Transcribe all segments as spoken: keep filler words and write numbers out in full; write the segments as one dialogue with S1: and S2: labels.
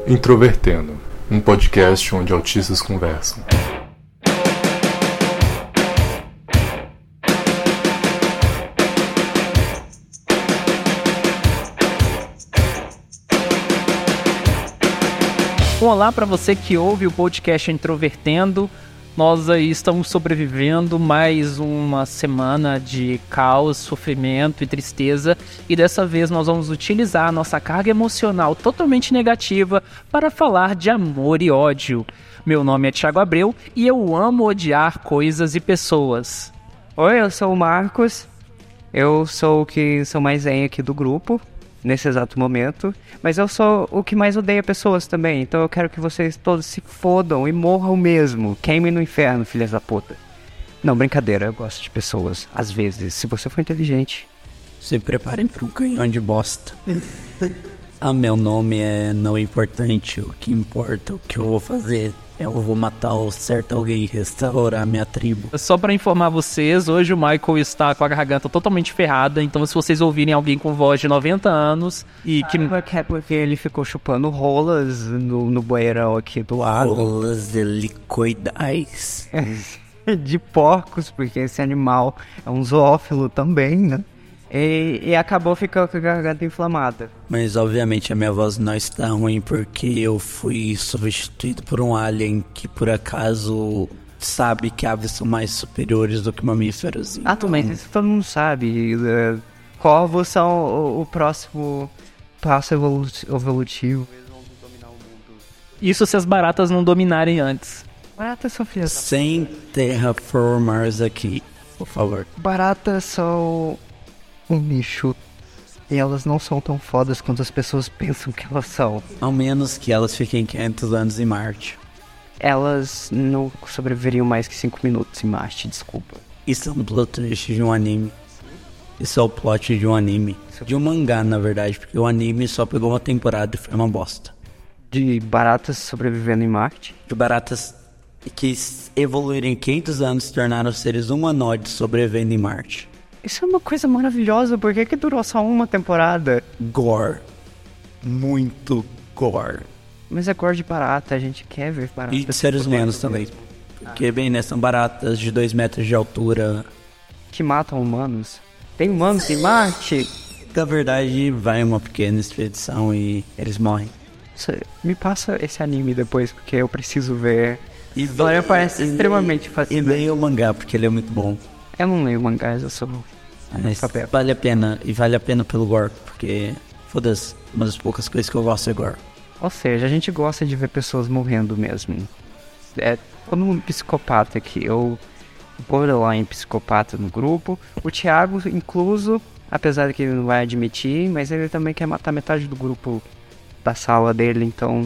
S1: Introvertendo, um podcast onde autistas conversam.
S2: Olá para você que ouve o podcast Introvertendo. Nós aí estamos sobrevivendo mais uma semana de caos, sofrimento e tristeza, e dessa vez nós vamos utilizar a nossa carga emocional totalmente negativa para falar de amor e ódio. Meu nome é Thiago Abreu e eu amo odiar coisas e pessoas.
S3: Oi, eu sou o Marcos, eu sou o que sou mais zen aqui do grupo, nesse exato momento, mas eu sou o que mais odeia pessoas também, então eu quero que vocês todos se fodam e morram mesmo, queimem no inferno, filhas da puta. Não, brincadeira, eu gosto de pessoas, às vezes, se você for inteligente.
S4: Se preparem para um canhão de bosta. Ah, meu nome é não importante, o que importa, o que eu vou fazer. Eu vou matar o certo alguém e restaurar minha tribo.
S2: Só pra informar vocês, hoje o Michael está com a garganta totalmente ferrada, então se vocês ouvirem alguém com voz de noventa anos e que...
S3: É porque ele ficou chupando rolas no, no banheirão aqui do lado.
S4: Rolas helicoidais.
S3: De porcos, porque esse animal é um zoófilo também, né? E, e acabou ficando com a garganta inflamada.
S4: Mas obviamente a minha voz não está ruim porque eu fui substituído por um alien que por acaso sabe que aves são mais superiores do que mamíferos.
S3: Ah, então... mas isso todo mundo sabe. Uh, corvos são o, o próximo passo evolu- evolutivo. Eles vão dominar o mundo.
S2: Isso se as baratas não dominarem antes.
S3: Baratas são filhas.
S4: Sem terraformars aqui, por favor.
S3: Baratas são um nicho e elas não são tão fodas quanto as pessoas pensam que elas são.
S4: Ao menos que elas fiquem quinhentos anos em Marte.
S3: Elas não sobreviveriam mais que cinco minutos em Marte, desculpa.
S4: Isso é um plot twist de um anime. Isso é o plot de um anime. De um mangá, na verdade, porque o anime só pegou uma temporada e foi uma bosta.
S3: De baratas sobrevivendo em Marte?
S4: De baratas que evoluíram em quinhentos anos se tornaram seres humanoides sobrevivendo em Marte.
S3: Isso é uma coisa maravilhosa, por que que durou só uma temporada?
S4: Gore. Muito gore.
S3: Mas é gore de barata, a gente quer ver barata.
S4: E de seres humanos também. Porque, bem, né, são baratas de dois metros de altura.
S3: Que matam humanos. Tem humanos em Marte?
S4: Na verdade, vai uma pequena expedição e eles morrem.
S3: Me passa esse anime depois, porque eu preciso ver.
S4: E
S3: História parece extremamente fácil.
S4: E leia o mangá, porque ele é muito bom.
S3: Eu não leio mangás, eu sou...
S4: Mas vale a pena, e vale a pena pelo gore, porque, foda-se, uma das poucas coisas que eu gosto é gore.
S3: Ou seja, a gente gosta de ver pessoas morrendo mesmo. É todo mundo psicopata aqui. Eu, borderline psicopata no grupo. O Thiago, incluso, apesar de que ele não vai admitir, mas ele também quer matar metade do grupo da sala dele, então...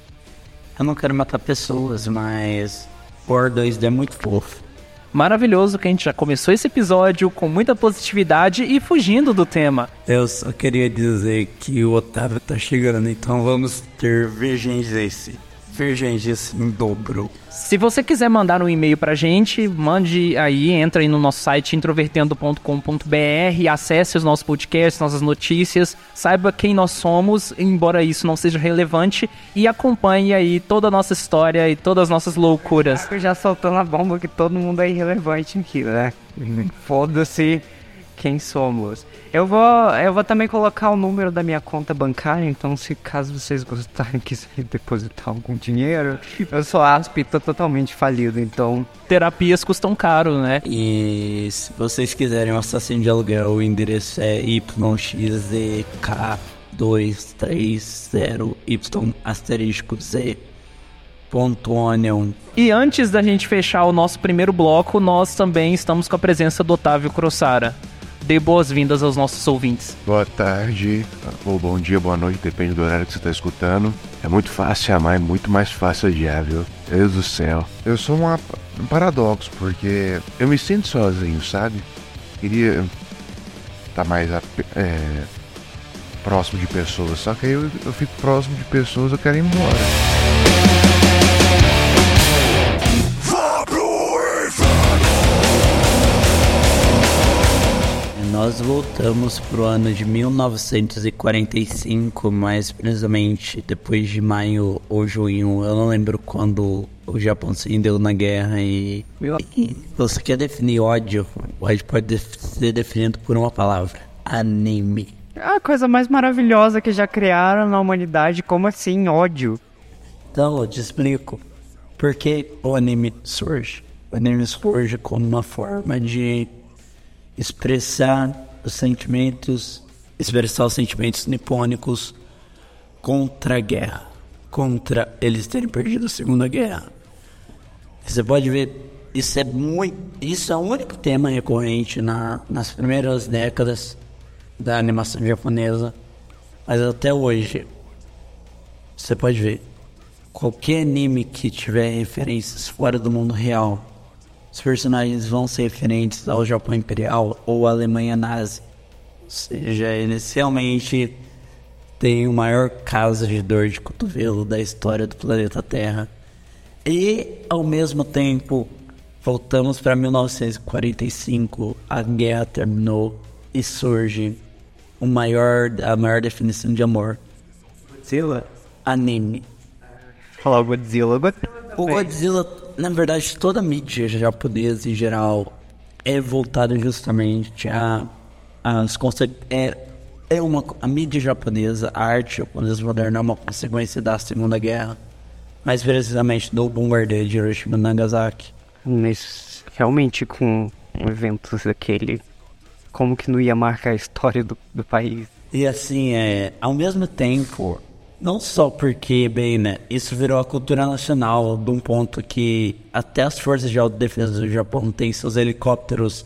S4: Eu não quero matar pessoas, mas... War dois D é muito fofo.
S2: Maravilhoso que a gente já começou esse episódio com muita positividade e fugindo do tema.
S4: Eu só queria dizer que o Otávio tá chegando, então vamos ter vergengesse. Vergengesse em dobro.
S2: Se você quiser mandar um e-mail pra gente, mande aí, entra aí no nosso site introvertendo ponto com ponto b r, acesse os nossos podcasts, nossas notícias, saiba quem nós somos, embora isso não seja relevante, e acompanhe aí toda a nossa história e todas as nossas loucuras.
S3: Eu já soltando a bomba que todo mundo é irrelevante aqui, né? Foda-se quem somos. Eu vou, eu vou também colocar o número da minha conta bancária, então se caso vocês gostarem, quiserem depositar algum dinheiro, eu sou asp e tô totalmente falido, então...
S2: Terapias custam caro, né?
S4: E se vocês quiserem um assassino de aluguel, o endereço é y x z k dois três zero y asterisco z ponto onion.
S2: E antes da gente fechar o nosso primeiro bloco, nós também estamos com a presença do Otávio Crossara. Dê boas-vindas aos nossos ouvintes.
S5: Boa tarde, ou bom dia, boa noite, depende do horário que você está escutando. É muito fácil amar, é muito mais fácil odiar, viu? Deus do céu. Eu sou uma, um paradoxo, porque eu me sinto sozinho, sabe? Queria estar mais é, próximo de pessoas, só que aí eu, eu fico próximo de pessoas, eu quero ir embora.
S4: nós voltamos pro ano de mil novecentos e quarenta e cinco, mais precisamente depois de maio ou junho, eu não lembro quando o Japão se rendeu na guerra e... e você quer definir ódio, o ódio pode def- ser definido por uma palavra: anime.
S3: É a coisa mais maravilhosa que já criaram na humanidade. Como assim, ódio?
S4: Então, eu te explico. Por que o anime surge? O anime surge como uma forma de expressar os sentimentos, expressar os sentimentos nipônicos contra a guerra, contra eles terem perdido a Segunda Guerra. Você pode ver, isso é muito, isso é o único tema recorrente na, nas primeiras décadas da animação japonesa, mas até hoje você pode ver qualquer anime que tiver referências fora do mundo real. Os personagens vão ser referentes ao Japão Imperial ou à Alemanha Nazi. Ou seja, inicialmente tem o maior caso de dor de cotovelo da história do planeta Terra. E, ao mesmo tempo, voltamos para mil novecentos e quarenta e cinco, a guerra terminou e surge o maior, a maior definição de amor.
S3: Godzilla?
S4: Anime.
S3: Falar o Godzilla.
S4: O Godzilla, na verdade, toda a mídia japonesa em geral é voltada justamente a as conse- é, é uma a mídia japonesa, a arte japonesa moderna é uma consequência da Segunda Guerra, mais precisamente do bombardeio de Hiroshima e Nagasaki.
S3: Mas realmente com eventos daquele, como que não ia marcar a história do, do país?
S4: E assim, é, ao mesmo tempo, não só porque, bem, né, isso virou a cultura nacional, de um ponto que até as forças de autodefesa do Japão têm seus helicópteros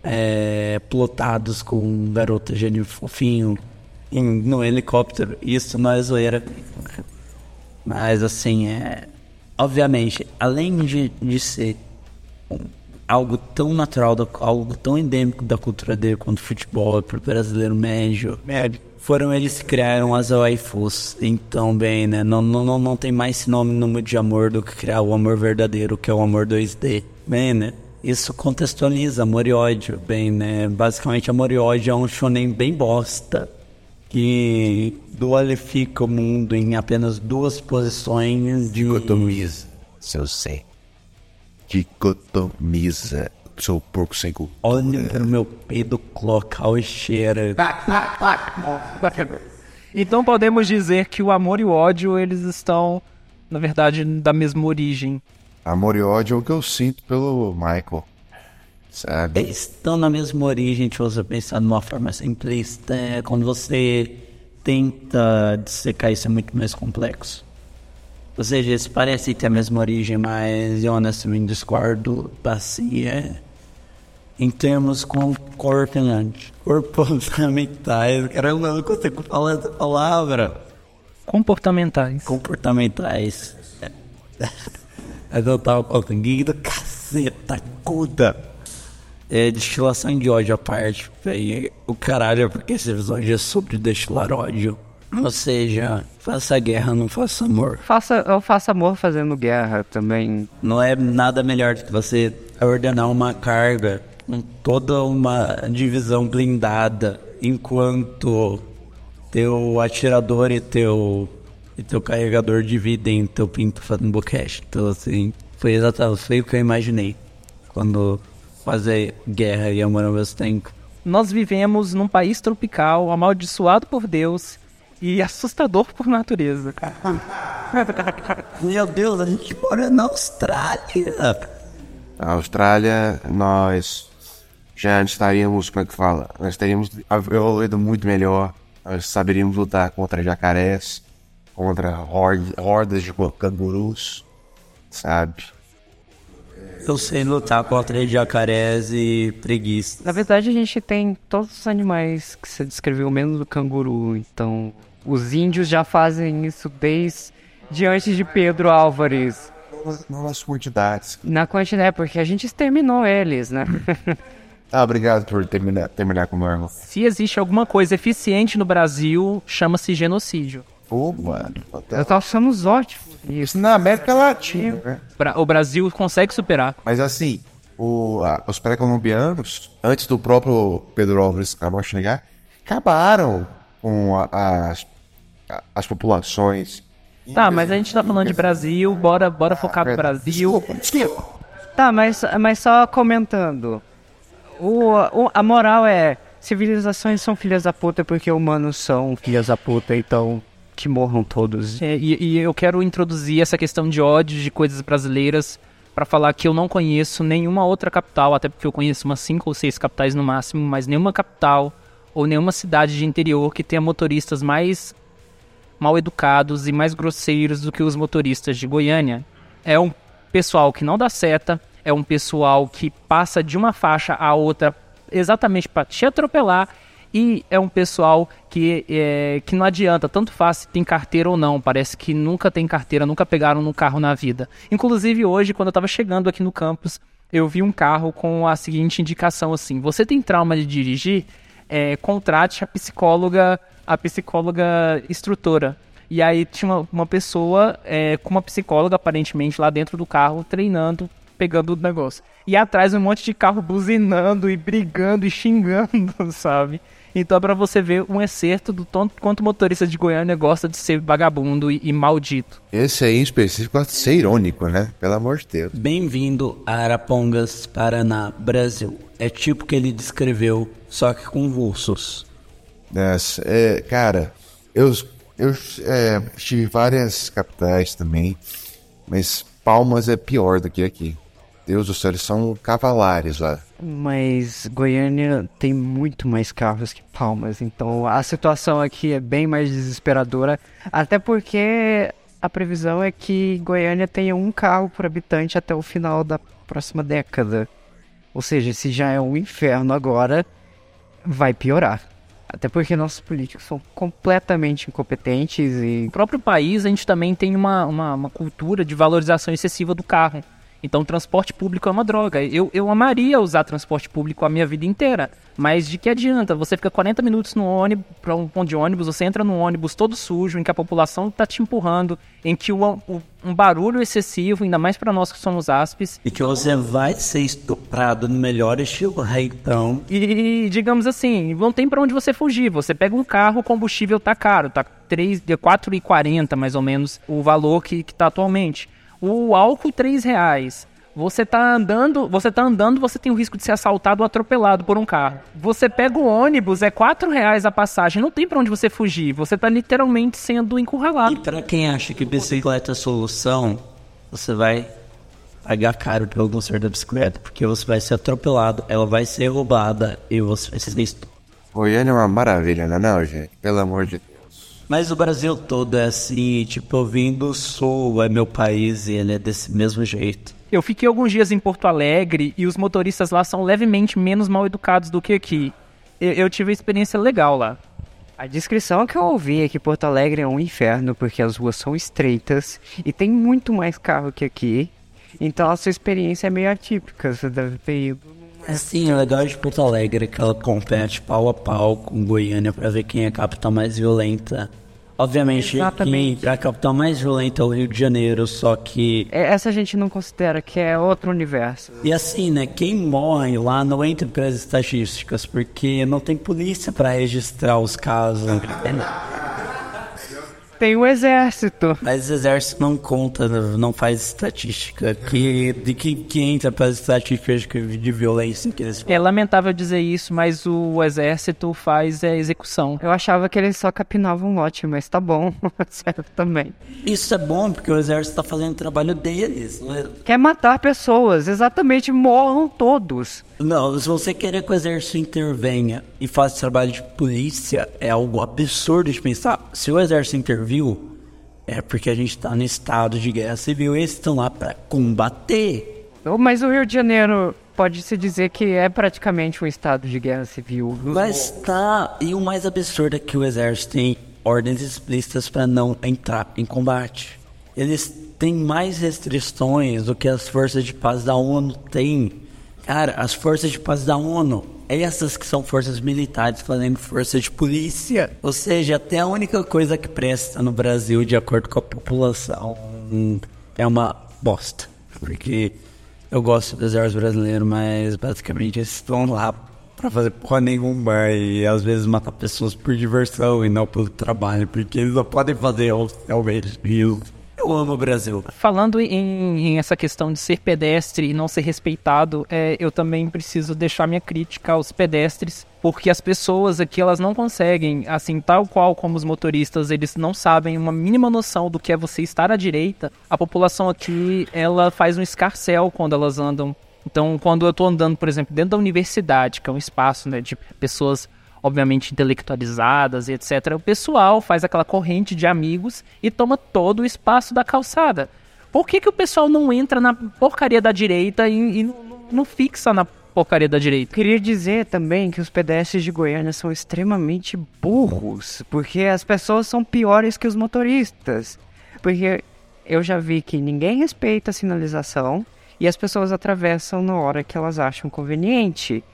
S4: é, pilotados com um garoto gênio fofinho em, no helicóptero. Isso não é zoeira. Mas assim, é, obviamente, além de, de ser um, algo tão natural, do, algo tão endêmico da cultura dele quanto o futebol para o brasileiro médio, médio, foram eles que criaram as waifus. Então, bem, né, não, não, não tem mais sinônimo de amor do que criar o amor verdadeiro, que é o amor dois D. Bem, né, isso contextualiza amor e ódio. Bem, né, basicamente amor e ódio é um shonen bem bosta, que dualifica o mundo em apenas duas posições de...
S5: Dicotomiza, seu sei. Dicotomiza, seu porco sem cultura.
S4: Olha pro meu peido local e cheira.
S2: Então podemos dizer que o amor e o ódio, eles estão, na verdade, da mesma origem.
S5: Amor e ódio é o que eu sinto pelo Michael, sabe?
S4: Eles estão na mesma origem, se você pensar de uma forma simplista. É, quando você tenta dissecar isso, é muito mais complexo. Ou seja, eles parecem ter a mesma origem, mas eu honestamente discordo. Assim, é, em termos comportamentais. Comportamentais. Caramba, eu não consigo falar essa palavra.
S2: Comportamentais.
S4: Comportamentais. Mas eu tava conseguindo, caceta, cuda. É, destilação de ódio à parte, véio, o caralho, porque esse episódio é sobre destilar ódio. Ou seja, faça guerra, não faça amor.
S3: Faça, eu faço amor fazendo guerra também.
S4: Não é nada melhor do que você ordenar uma carga com toda uma divisão blindada, enquanto teu atirador e teu, e teu carregador dividem teu pinto fazendo boquete. Então, assim, foi exatamente foi o que eu imaginei quando fazer guerra e amor ao mesmo tempo.
S2: Nós vivemos num país tropical, amaldiçoado por Deus e assustador por natureza.
S4: Meu Deus, a gente mora na Austrália.
S5: Na Austrália, nós já estaríamos, como é que fala? Nós estaríamos evoluído muito melhor. Nós saberíamos lutar contra jacarés, contra hord- hordas de cangurus, sabe?
S4: Eu sei lutar contra jacarés e preguiças.
S3: Na verdade, a gente tem todos os animais que você descreveu, menos o canguru. Então, os índios já fazem isso desde antes de Pedro Álvares.
S5: Nas quantidades.
S3: Na quantidade, porque a gente exterminou eles, né?
S5: Ah, obrigado por terminar, terminar com o meu irmão.
S2: Se existe alguma coisa eficiente no Brasil, chama-se genocídio.
S5: Pô, mano.
S3: Nós somos ótimos.
S5: Isso na América Latina, né?
S2: Bra- O Brasil consegue superar.
S5: Mas assim, o, a, os pré-colombianos, antes do próprio Pedro Álvares Cabral chegar, acabaram com a, as, a, as populações.
S2: Tá, mas a gente tá falando de Brasil, bora, bora focar no Brasil.
S3: Tá, mas, mas só comentando. O, o, a moral é, civilizações são filhas da puta porque humanos são filhas da puta, então que morram todos.
S2: É, e, e eu quero introduzir essa questão de ódio de coisas brasileiras pra falar que eu não conheço nenhuma outra capital, até porque eu conheço umas cinco ou seis capitais no máximo, mas nenhuma capital ou nenhuma cidade de interior que tenha motoristas mais mal educados e mais grosseiros do que os motoristas de Goiânia. É um pessoal que não dá seta, é um pessoal que passa de uma faixa a outra exatamente para te atropelar, e é um pessoal que, é, que não adianta, tanto faz se tem carteira ou não, parece que nunca tem carteira, nunca pegaram no carro na vida. Inclusive hoje, quando eu estava chegando aqui no campus, eu vi um carro com a seguinte indicação assim: você tem trauma de dirigir? É, contrate a psicóloga, a psicóloga instrutora. E aí tinha uma, uma pessoa é, com uma psicóloga aparentemente lá dentro do carro, treinando, pegando o negócio. E atrás um monte de carro buzinando e brigando e xingando, sabe? Então é pra você ver um excerto do tanto quanto o motorista de Goiânia gosta de ser vagabundo e, e maldito.
S5: Esse aí em específico gosta de ser irônico, né? Pelo amor de Deus.
S4: Bem-vindo a Arapongas, Paraná, Brasil. É tipo que ele descreveu, só que com vulsos.
S5: Nossa, é, cara, eu, eu é, tive várias capitais também, mas Palmas é pior do que aqui. Deus do céu, eles são cavalares lá.
S3: Mas Goiânia tem muito mais carros que Palmas, então a situação aqui é bem mais desesperadora, até porque a previsão é que Goiânia tenha um carro por habitante até o final da próxima década. Ou seja, se já é um inferno agora, vai piorar. Até porque nossos políticos são completamente incompetentes e...
S2: No próprio país, a gente também tem uma, uma, uma cultura de valorização excessiva do carro. Então, transporte público é uma droga. Eu, eu amaria usar transporte público a minha vida inteira, mas de que adianta? Você fica quarenta minutos no ônibus, para um ponto de ônibus, você entra num ônibus todo sujo, em que a população está te empurrando, em que o, o, um barulho excessivo, ainda mais para nós que somos aspes.
S4: E que você vai ser estuprado no melhor estilo reitão.
S2: E, digamos assim, não tem para onde você fugir. Você pega um carro, o combustível tá caro, tá quatro reais e quarenta centavos mais ou menos o valor que, que tá atualmente. O álcool, três reais. Você tá andando, você tá andando, você tem o risco de ser assaltado ou atropelado por um carro. Você pega o ônibus, é quatro reais a passagem, não tem pra onde você fugir. Você tá literalmente sendo encurralado.
S4: E pra quem acha que bicicleta é a solução, você vai pagar caro pelo conserto da bicicleta, porque você vai ser atropelado, ela vai ser roubada e você vai ser estuprado.
S5: Goiânia é uma maravilha, não é não, gente? Pelo amor de Deus.
S4: Mas o Brasil todo é assim, tipo, eu vim do sul, é meu país e ele é desse mesmo jeito.
S2: Eu fiquei alguns dias em Porto Alegre e os motoristas lá são levemente menos mal educados do que aqui. Eu, eu tive uma experiência legal lá.
S3: A descrição que eu ouvi é que Porto Alegre é um inferno porque as ruas são estreitas e tem muito mais carro que aqui. Então a sua experiência é meio atípica, você deve ter ido.
S4: Assim, o legal de Porto Alegre é que ela compete pau a pau com Goiânia pra ver quem é a capital mais violenta. Obviamente, quem, a capital mais violenta é o Rio de Janeiro, só que...
S3: Essa a gente não considera que é outro universo.
S4: E assim, né, quem morre lá não entra pelas estatísticas, porque não tem polícia pra registrar os casos.
S3: Tem o exército.
S4: Mas o exército não conta, não faz estatística. Que, de que, que entra para as estatísticas de violência que eles...
S2: É lamentável dizer isso, mas o exército faz é, execução.
S3: Eu achava que eles só capinavam lote, mas tá bom, serve também.
S4: Isso é bom, porque o exército tá fazendo o trabalho deles. Né?
S3: Quer matar pessoas, exatamente, morram todos.
S4: Não, se você querer que o exército intervenha e faça trabalho de polícia, é algo absurdo de pensar. Se o exército interviu, é porque a gente tá no estado de guerra civil e eles estão lá pra combater.
S3: Mas o Rio de Janeiro pode-se dizer que é praticamente um estado de guerra civil.
S4: Mas tá, e o mais absurdo é que o exército tem ordens explícitas pra não entrar em combate. Eles têm mais restrições do que as forças de paz da ONU têm. Cara, as forças de paz da ONU, essas que são forças militares fazendo força de polícia. Ou seja, até a única coisa que presta no Brasil, de acordo com a população, é uma bosta. Porque Eu gosto do exército brasileiro, mas basicamente eles estão lá pra fazer porra nenhuma e às vezes matar pessoas por diversão e não pelo trabalho, porque eles não podem fazer realmente isso. Eu amo o Brasil.
S2: Falando em, em essa questão de ser pedestre e não ser respeitado, é, eu também preciso deixar minha crítica aos pedestres, porque as pessoas aqui, elas não conseguem, assim, tal qual como os motoristas, eles não sabem uma mínima noção do que é você estar à direita. A população aqui, ela faz um escarcéu quando elas andam. Então, quando eu tô andando, por exemplo, dentro da universidade, que é um espaço, né, de pessoas obviamente intelectualizadas e etcétera, o pessoal faz aquela corrente de amigos e toma todo o espaço da calçada. Por que que o pessoal não entra na porcaria da direita e, e não, não fixa na porcaria da direita?
S3: Queria dizer também que os pedestres de Goiânia são extremamente burros, porque as pessoas são piores que os motoristas. Porque eu já vi que ninguém respeita a sinalização e as pessoas atravessam na hora que elas acham conveniente.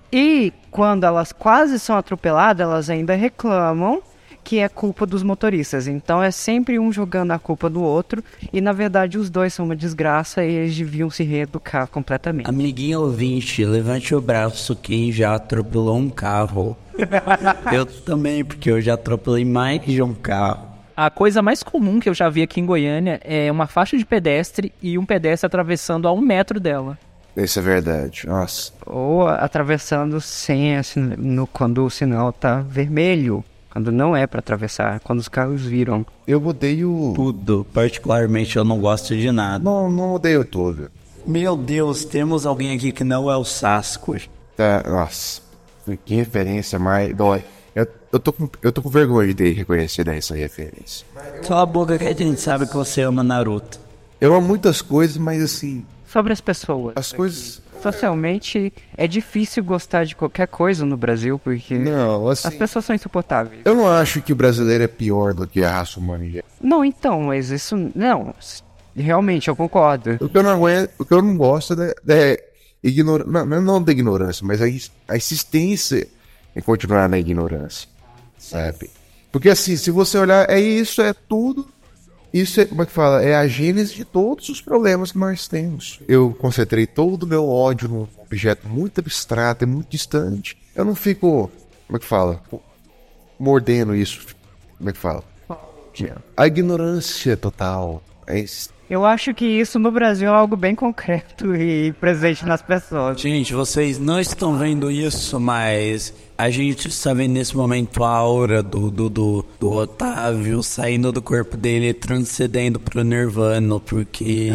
S3: E quando elas quase são atropeladas, elas ainda reclamam que é culpa dos motoristas. Então é sempre um jogando a culpa do outro. E na verdade os dois são uma desgraça e eles deviam se reeducar completamente.
S4: Amiguinho ouvinte, levante o braço quem já atropelou um carro. Eu também, porque eu já atropelei mais de um carro.
S2: A coisa mais comum que eu já vi aqui em Goiânia é uma faixa de pedestre e um pedestre atravessando a um metro dela.
S5: Isso é verdade, nossa.
S3: Ou atravessando sem assim, no, quando o sinal tá vermelho, quando não é para atravessar, quando os carros viram.
S5: Eu odeio
S4: tudo, particularmente eu não gosto de nada.
S5: Não, não odeio tudo.
S4: Meu Deus, temos alguém aqui que não é o Sasquatch.
S5: Tá, nossa, que referência mais... Dói. Eu, eu, tô com, eu tô com vergonha de ter reconhecido essa referência.
S4: Cala a boca que a gente sabe que você ama Naruto.
S5: Eu amo muitas coisas, mas assim...
S3: Sobre as pessoas.
S5: As coisas...
S3: Socialmente, é difícil gostar de qualquer coisa no Brasil, porque
S5: não, assim,
S3: as pessoas são insuportáveis.
S5: Eu não acho que o brasileiro é pior do que a raça humana em geral.
S3: Não, então, mas isso... Não, realmente, eu concordo.
S5: O que eu não aguento, o que eu não gosto é, é ignorância... Não, não da ignorância, mas a, a insistência em continuar na ignorância, sabe? Porque assim, se você olhar, é isso, é tudo... Isso é, como é que fala? É a gênese de todos os problemas que nós temos. Eu concentrei todo o meu ódio num objeto muito abstrato e muito distante. Eu não fico, como é que fala? Mordendo isso. Como é que fala? A ignorância total. É isso.
S3: Eu acho que isso no Brasil é algo bem concreto e presente nas pessoas.
S4: Gente, vocês não estão vendo isso, mas a gente está vendo nesse momento a aura do, do, do, do Otávio saindo do corpo dele, transcendendo pro Nirvana, porque...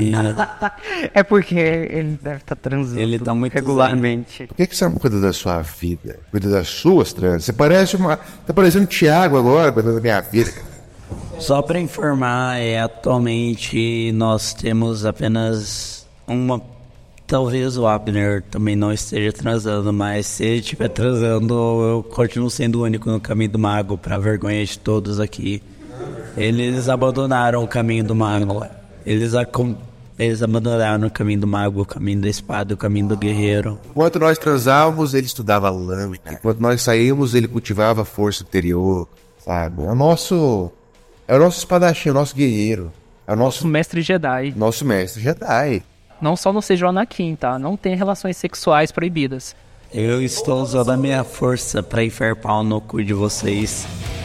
S3: É porque ele deve estar tá transando
S4: ele tá muito
S3: regularmente.
S5: Por que, que você não cuida da sua vida? Cuida das suas trans? Você parece uma... Tá parecendo o Thiago agora, cuidando da minha vida.
S4: Só para informar, é, atualmente nós temos apenas uma... Talvez o Abner também não esteja transando, mas se ele estiver transando, eu continuo sendo o único no caminho do mago, para vergonha de todos aqui. Eles abandonaram o caminho do mago. Eles, acom... Eles abandonaram o caminho do mago, o caminho da espada, o caminho do guerreiro.
S5: Enquanto nós transávamos, ele estudava lâmina. Enquanto nós saímos, ele cultivava força interior, sabe? É o nosso... É o nosso espadachim, é o nosso guerreiro. É o nosso...
S2: mestre Jedi.
S5: Nosso mestre Jedi.
S2: Não só não seja o Anakin, tá? Não tem relações sexuais proibidas.
S4: Eu estou usando a minha força pra enfiar pau no cu de vocês.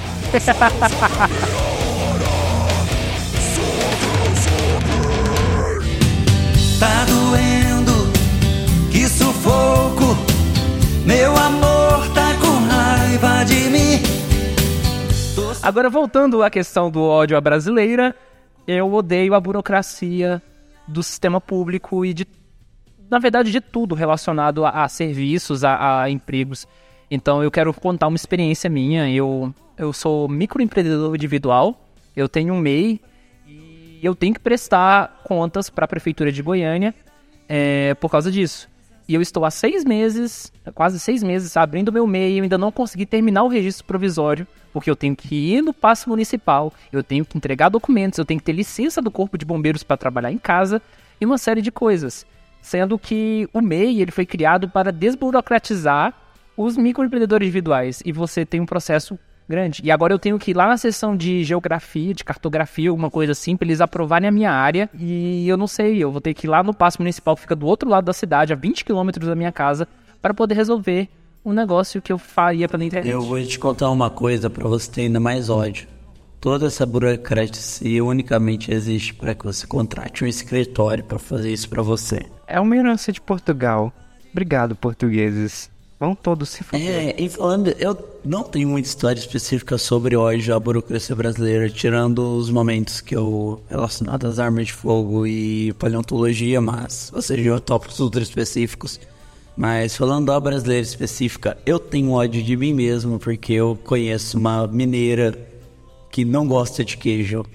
S6: Tá doendo, que sufoco. Meu amor tá com raiva de mim.
S2: Agora, voltando à questão do ódio à brasileira, eu odeio a burocracia do sistema público e, de, na verdade, de tudo relacionado a, a serviços, a, a empregos. Então, eu quero contar uma experiência minha. Eu, eu sou microempreendedor individual, eu tenho um M E I e eu tenho que prestar contas para a Prefeitura de Goiânia é, por causa disso. E eu estou há seis meses, quase seis meses, abrindo meu M E I e eu ainda não consegui terminar o registro provisório, porque eu tenho que ir no paço municipal, eu tenho que entregar documentos, eu tenho que ter licença do Corpo de Bombeiros para trabalhar em casa e uma série de coisas. Sendo que o M E I ele foi criado para desburocratizar os microempreendedores individuais e você tem um processo grande. E agora eu tenho que ir lá na seção de geografia, de cartografia, alguma coisa assim, pra eles aprovarem a minha área. E eu não sei, eu vou ter que ir lá no Paço Municipal, que fica do outro lado da cidade, a vinte quilômetros da minha casa, para poder resolver um negócio que eu faria pela internet.
S4: Eu vou te contar uma coisa pra você ter ainda mais ódio. Toda essa burocracia unicamente existe para que você contrate um escritório para fazer isso para você.
S3: É uma herança de Portugal. Obrigado, portugueses. Vão todos se fuder.
S4: É, e falando, eu não tenho muita história específica sobre hoje a burocracia brasileira, tirando os momentos que eu relacionados às armas de fogo e paleontologia, mas, ou seja, tópicos ultra específicos. Mas falando da brasileira específica, eu tenho ódio de mim mesmo, porque eu conheço uma mineira que não gosta de queijo.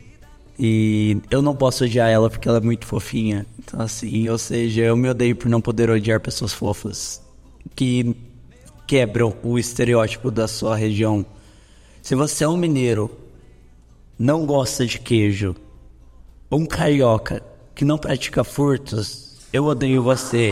S4: E eu não posso odiar ela porque ela é muito fofinha. Então assim, ou seja, eu me odeio por não poder odiar pessoas fofas que quebram o estereótipo da sua região. Se você é um mineiro, não gosta de queijo, ou um carioca que não pratica furtos, eu odeio você.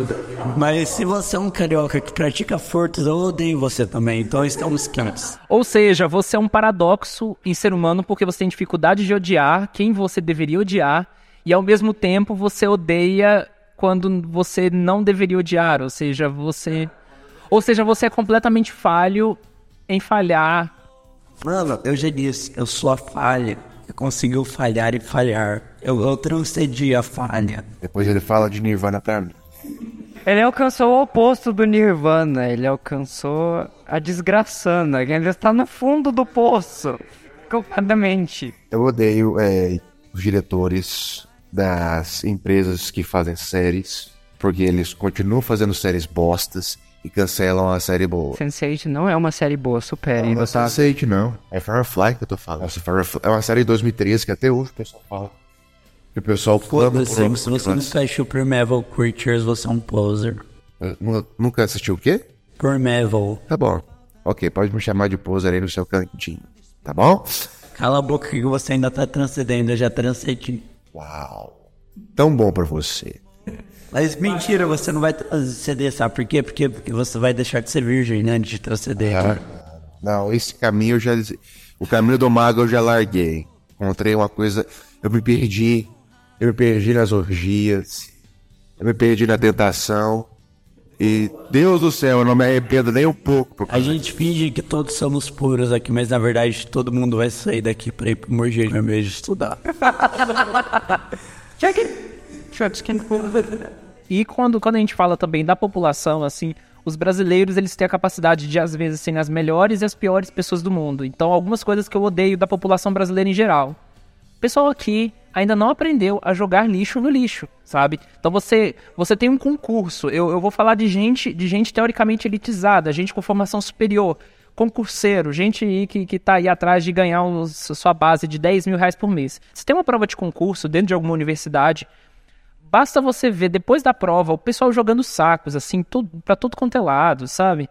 S4: Mas se você é um carioca que pratica furtos, eu odeio você também. Então estamos quentes.
S2: Ou seja, você é um paradoxo em ser humano porque você tem dificuldade de odiar quem você deveria odiar e ao mesmo tempo você odeia quando você não deveria odiar. Ou seja, você... Ou seja, você é completamente falho em falhar.
S4: Mano, eu já disse, eu sou a falha. Eu consegui falhar e falhar. Eu, eu transcendi a falha.
S5: Depois ele fala de Nirvana pra mim.
S3: Ele alcançou o oposto do Nirvana. Ele alcançou a desgraçana. Ele está no fundo do poço. Completamente.
S5: Eu odeio é, os diretores das empresas que fazem séries, porque eles continuam fazendo séries bostas e cancelam a série boa.
S3: sense eight não é uma série boa, superem.
S5: Não, não é sense eight não. É Firefly que eu tô falando. Nossa, Firefly é uma série de dois mil e treze que até hoje o pessoal fala. E o pessoal clama
S4: por... Se você não assistiu Primeval Creatures, você é um poser.
S5: Eu nunca assistiu o quê?
S4: Primeval.
S5: Tá bom. Ok, pode me chamar de poser aí no seu cantinho. Tá bom?
S4: Cala a boca que você ainda tá transcendendo, eu já transcendi.
S5: Uau. Tão bom pra você.
S4: Mas mentira, você não vai transcender, sabe por quê? Porque, porque você vai deixar de ser virgem, né, antes de transcender.
S5: Ah, não, esse caminho eu já... O caminho do mago eu já larguei. Encontrei uma coisa... Eu me perdi. Eu me perdi nas orgias. Eu me perdi na tentação. E, Deus do céu, eu não me arrependo nem um pouco.
S4: A gente finge que todos somos puros aqui, mas na verdade todo mundo vai sair daqui pra ir pro Morgênio ao invés de estudar.
S2: E quando, quando a gente fala também da população, assim, os brasileiros, eles têm a capacidade de, às vezes, serem as melhores e as piores pessoas do mundo. Então, algumas coisas que eu odeio da população brasileira em geral. O pessoal aqui ainda não aprendeu a jogar lixo no lixo, sabe? Então, você, você tem um concurso. Eu, eu vou falar de gente, de gente teoricamente elitizada, gente com formação superior, concurseiro, gente aí que, que tá aí atrás de ganhar um, sua base de dez mil reais por mês. Se tem uma prova de concurso dentro de alguma universidade... Basta você ver, depois da prova, o pessoal jogando sacos, assim, tudo, pra tudo quanto é lado, sabe?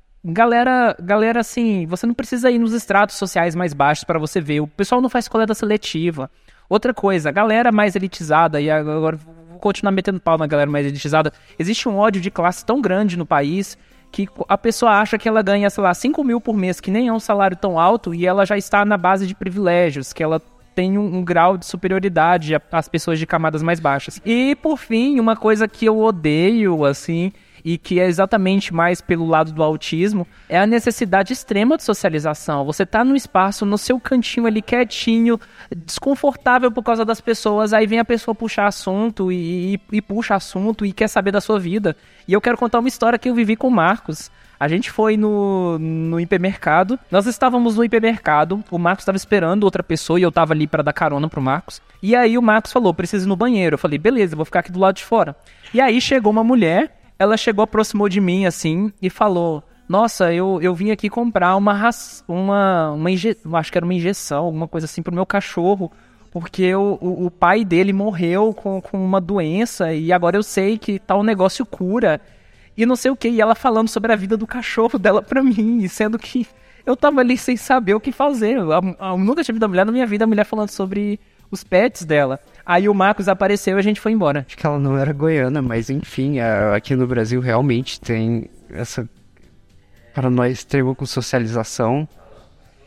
S2: Galera, galera, assim, você não precisa ir nos estratos sociais mais baixos pra você ver. O pessoal não faz coleta seletiva. Outra coisa, a galera mais elitizada, e agora vou continuar metendo pau na galera mais elitizada, existe um ódio de classe tão grande no país que a pessoa acha que ela ganha, sei lá, cinco mil por mês, que nem é um salário tão alto, e ela já está na base de privilégios, que ela... tem um, um grau de superioridade às pessoas de camadas mais baixas. E, por fim, uma coisa que eu odeio, assim, e que é exatamente mais pelo lado do autismo, é a necessidade extrema de socialização. Você tá num espaço, no seu cantinho ali, quietinho, desconfortável por causa das pessoas, aí vem a pessoa puxar assunto e, e, e puxa assunto e quer saber da sua vida. E eu quero contar uma história que eu vivi com o Marcos. A gente foi no, no hipermercado, nós estávamos no hipermercado, o Marcos estava esperando outra pessoa e eu estava ali para dar carona pro Marcos. E aí o Marcos falou, preciso ir no banheiro. Eu falei, beleza, eu vou ficar aqui do lado de fora. E aí chegou uma mulher, ela chegou, aproximou de mim assim e falou, nossa, eu, eu vim aqui comprar uma, uma, uma inje... acho que era uma injeção, alguma coisa assim pro meu cachorro, porque o, o, o pai dele morreu com, com uma doença e agora eu sei que tal negócio cura. E não sei o que, e ela falando sobre a vida do cachorro dela pra mim, sendo que eu tava ali sem saber o que fazer. Eu, eu, eu nunca tinha visto a mulher na minha vida, a mulher falando sobre os pets dela. Aí o Marcos apareceu e a gente foi embora.
S3: Acho que ela não era goiana, mas enfim, a, aqui no Brasil realmente tem essa paranoia extrema com socialização.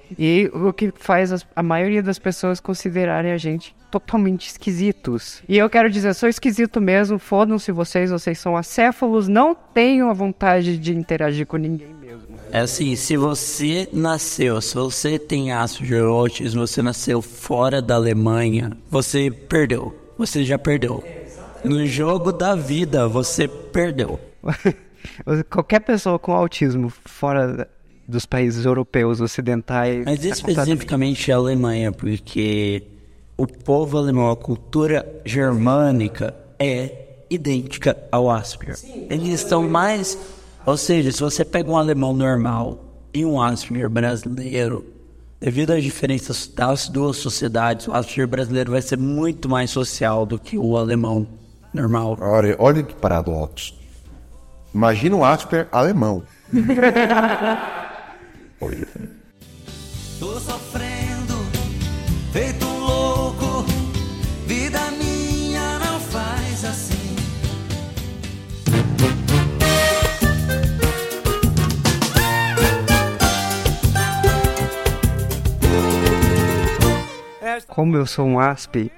S3: E o que faz as, a maioria das pessoas considerarem a gente totalmente esquisitos. E eu quero dizer, sou esquisito mesmo, fodam-se vocês, vocês são acéfalos, não tenho a vontade de interagir com ninguém mesmo.
S4: É assim, se você nasceu, se você tem Asperger ou autismo, você nasceu fora da Alemanha, você perdeu. Você já perdeu. No jogo da vida, você perdeu.
S3: Qualquer pessoa com autismo fora dos países europeus, ocidentais...
S4: Mas especificamente a Alemanha, porque o povo alemão, a cultura germânica é idêntica ao Asperger. Eles estão mais... Ou seja, se você pega um alemão normal e um Asperger brasileiro, devido às diferenças das duas sociedades, o Asperger brasileiro vai ser muito mais social do que o alemão normal.
S5: Olha, olha que paradoxo. Imagina um Asperger alemão.
S6: Tô sofrendo, feito um louco, vida minha não faz assim.
S3: Como eu sou um asp,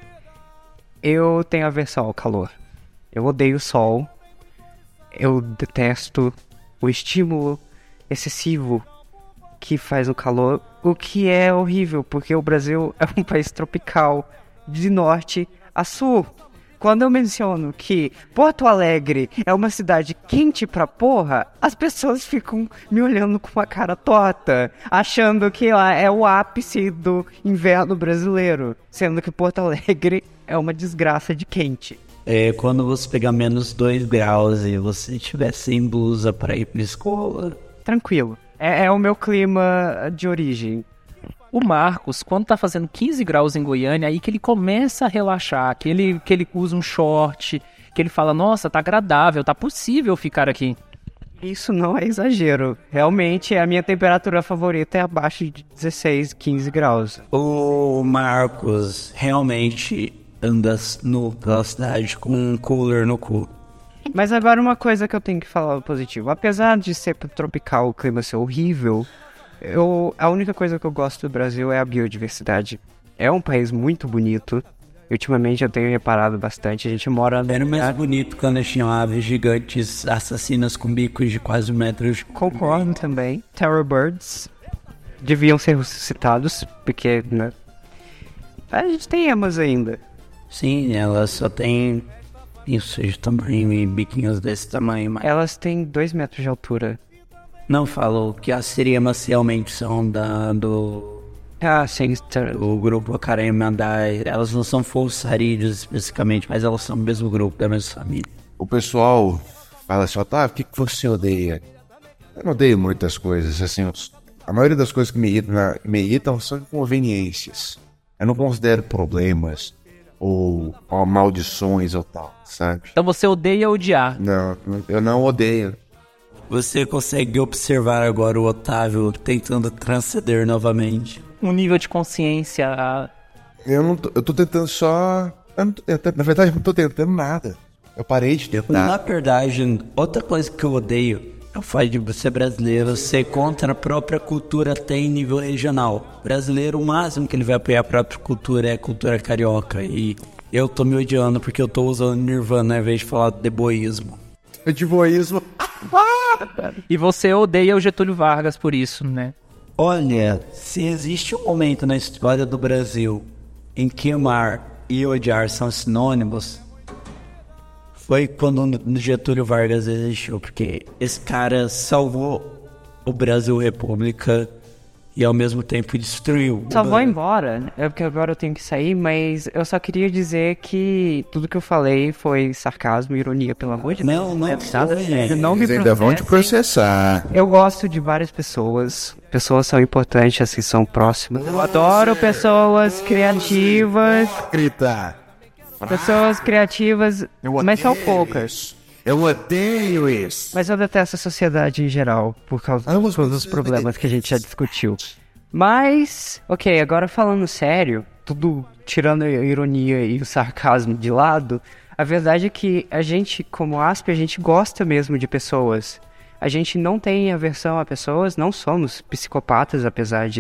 S3: eu tenho aversão ao calor. Eu odeio o sol. Eu detesto o estímulo excessivo que faz o calor, o que é horrível, porque o Brasil é um país tropical, de norte a sul. Quando eu menciono que Porto Alegre é uma cidade quente pra porra, as pessoas ficam me olhando com uma cara torta, achando que lá é o ápice do inverno brasileiro, sendo que Porto Alegre é uma desgraça de quente.
S4: É quando você pegar menos dois graus e você estiver sem blusa pra ir pra escola.
S3: Tranquilo. É, é o meu clima de origem.
S2: O Marcos, quando tá fazendo quinze graus em Goiânia, aí que ele começa a relaxar, que ele, que ele usa um short, que ele fala, nossa, tá agradável, tá possível ficar aqui.
S3: Isso não é exagero. Realmente, a minha temperatura favorita é abaixo de dezesseis, quinze graus.
S4: O Marcos realmente anda nu pela cidade com um cooler no cu.
S3: Mas agora uma coisa que eu tenho que falar positivo. Apesar de ser tropical, o clima ser horrível, eu, a única coisa que eu gosto do Brasil é a biodiversidade. É um país muito bonito. Ultimamente eu tenho reparado bastante. A gente mora...
S4: Era mais bonito quando tinham aves gigantes assassinas com bicos de quase um metro.
S3: Concordo também. Terror birds deviam ser ressuscitados, porque, né, a gente tem emas ainda.
S4: Sim, elas só tem isso de tamanho e biquinhos desse tamanho. Mas...
S3: Elas têm dois metros de altura.
S4: Não falou que as siriemas realmente são da, do...
S3: Ah, sim.
S4: O grupo Acaramandai. Elas não são Folsarídeos especificamente, mas elas são do mesmo grupo, da mesma família.
S5: O pessoal fala assim, Otávio, o que, que você odeia? Eu não odeio muitas coisas, assim, a maioria das coisas que me irritam, me irritam são inconveniências. Eu não considero problemas ou, ou maldições ou tal, sabe?
S2: Então você odeia odiar.
S5: Não, eu não odeio.
S4: Você consegue observar agora o Otávio tentando transcender novamente.
S2: Um nível de consciência...
S5: Eu não tô, eu tô tentando só... Eu não tô, eu, na verdade, eu não tô tentando nada. Eu parei de tentar.
S4: Na verdade, outra coisa que eu odeio é o fato de você brasileiro ser contra a própria cultura até em nível regional. Brasileiro, o máximo que ele vai apoiar a própria cultura é a cultura carioca. E eu tô me odiando porque eu tô usando Nirvana ao invés de falar de boísmo.
S5: De boísmo.
S2: E você odeia o Getúlio Vargas por isso, né?
S4: Olha, se existe um momento na história do Brasil em que amar e odiar são sinônimos, foi quando o Getúlio Vargas existiu, porque esse cara salvou o Brasil República e ao mesmo tempo destruiu.
S3: Só vou embora, é porque agora eu tenho que sair, mas eu só queria dizer que tudo que eu falei foi sarcasmo, ironia, pelo amor de Deus.
S4: Não, não é
S3: Eu não me
S5: Eles ainda vão te processar.
S3: Eu gosto de várias pessoas. Pessoas são importantes, assim, são próximas. Eu adoro pessoas criativas.
S5: Gritar.
S3: Pessoas criativas, mas são poucas.
S5: Eu odeio isso.
S3: Mas eu detesto a sociedade em geral, por causa de todos os problemas que a gente já discutiu. Mas, ok, agora falando sério, tudo tirando a ironia e o sarcasmo de lado, a verdade é que a gente, como Asp, a gente gosta mesmo de pessoas. A gente não tem aversão a pessoas, não somos psicopatas, apesar de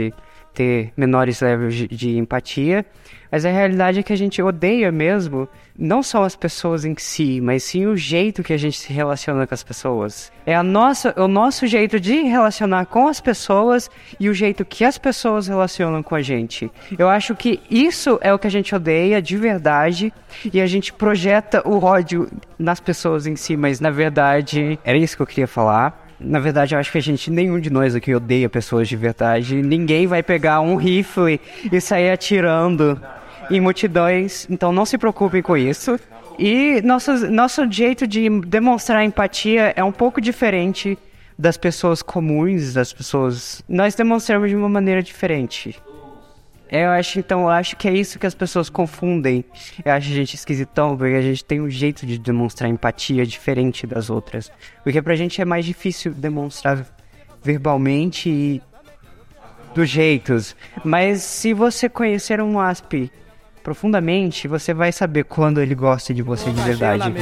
S3: ter menores levels de, de empatia, mas a realidade é que a gente odeia mesmo, não só as pessoas em si, mas sim o jeito que a gente se relaciona com as pessoas. É a nossa, o nosso jeito de relacionar com as pessoas e o jeito que as pessoas relacionam com a gente. Eu acho que isso é o que a gente odeia de verdade e a gente projeta o ódio nas pessoas em si, mas na verdade era isso que eu queria falar. Na verdade, eu acho que a gente, nenhum de nós aqui odeia pessoas de verdade. Ninguém vai pegar um rifle e sair atirando em multidões. Então, não se preocupem com isso. E nosso, nosso jeito de demonstrar empatia é um pouco diferente das pessoas comuns, das pessoas... Nós demonstramos de uma maneira diferente. Eu acho, então, eu acho que é isso que as pessoas confundem. Eu acho a gente esquisitão, porque a gente tem um jeito de demonstrar empatia diferente das outras. Porque pra gente é mais difícil demonstrar verbalmente e dos jeitos. Mas se você conhecer um asp profundamente, você vai saber quando ele gosta de você de verdade.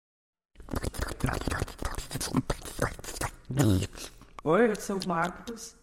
S3: Oi, eu sou o Marcos.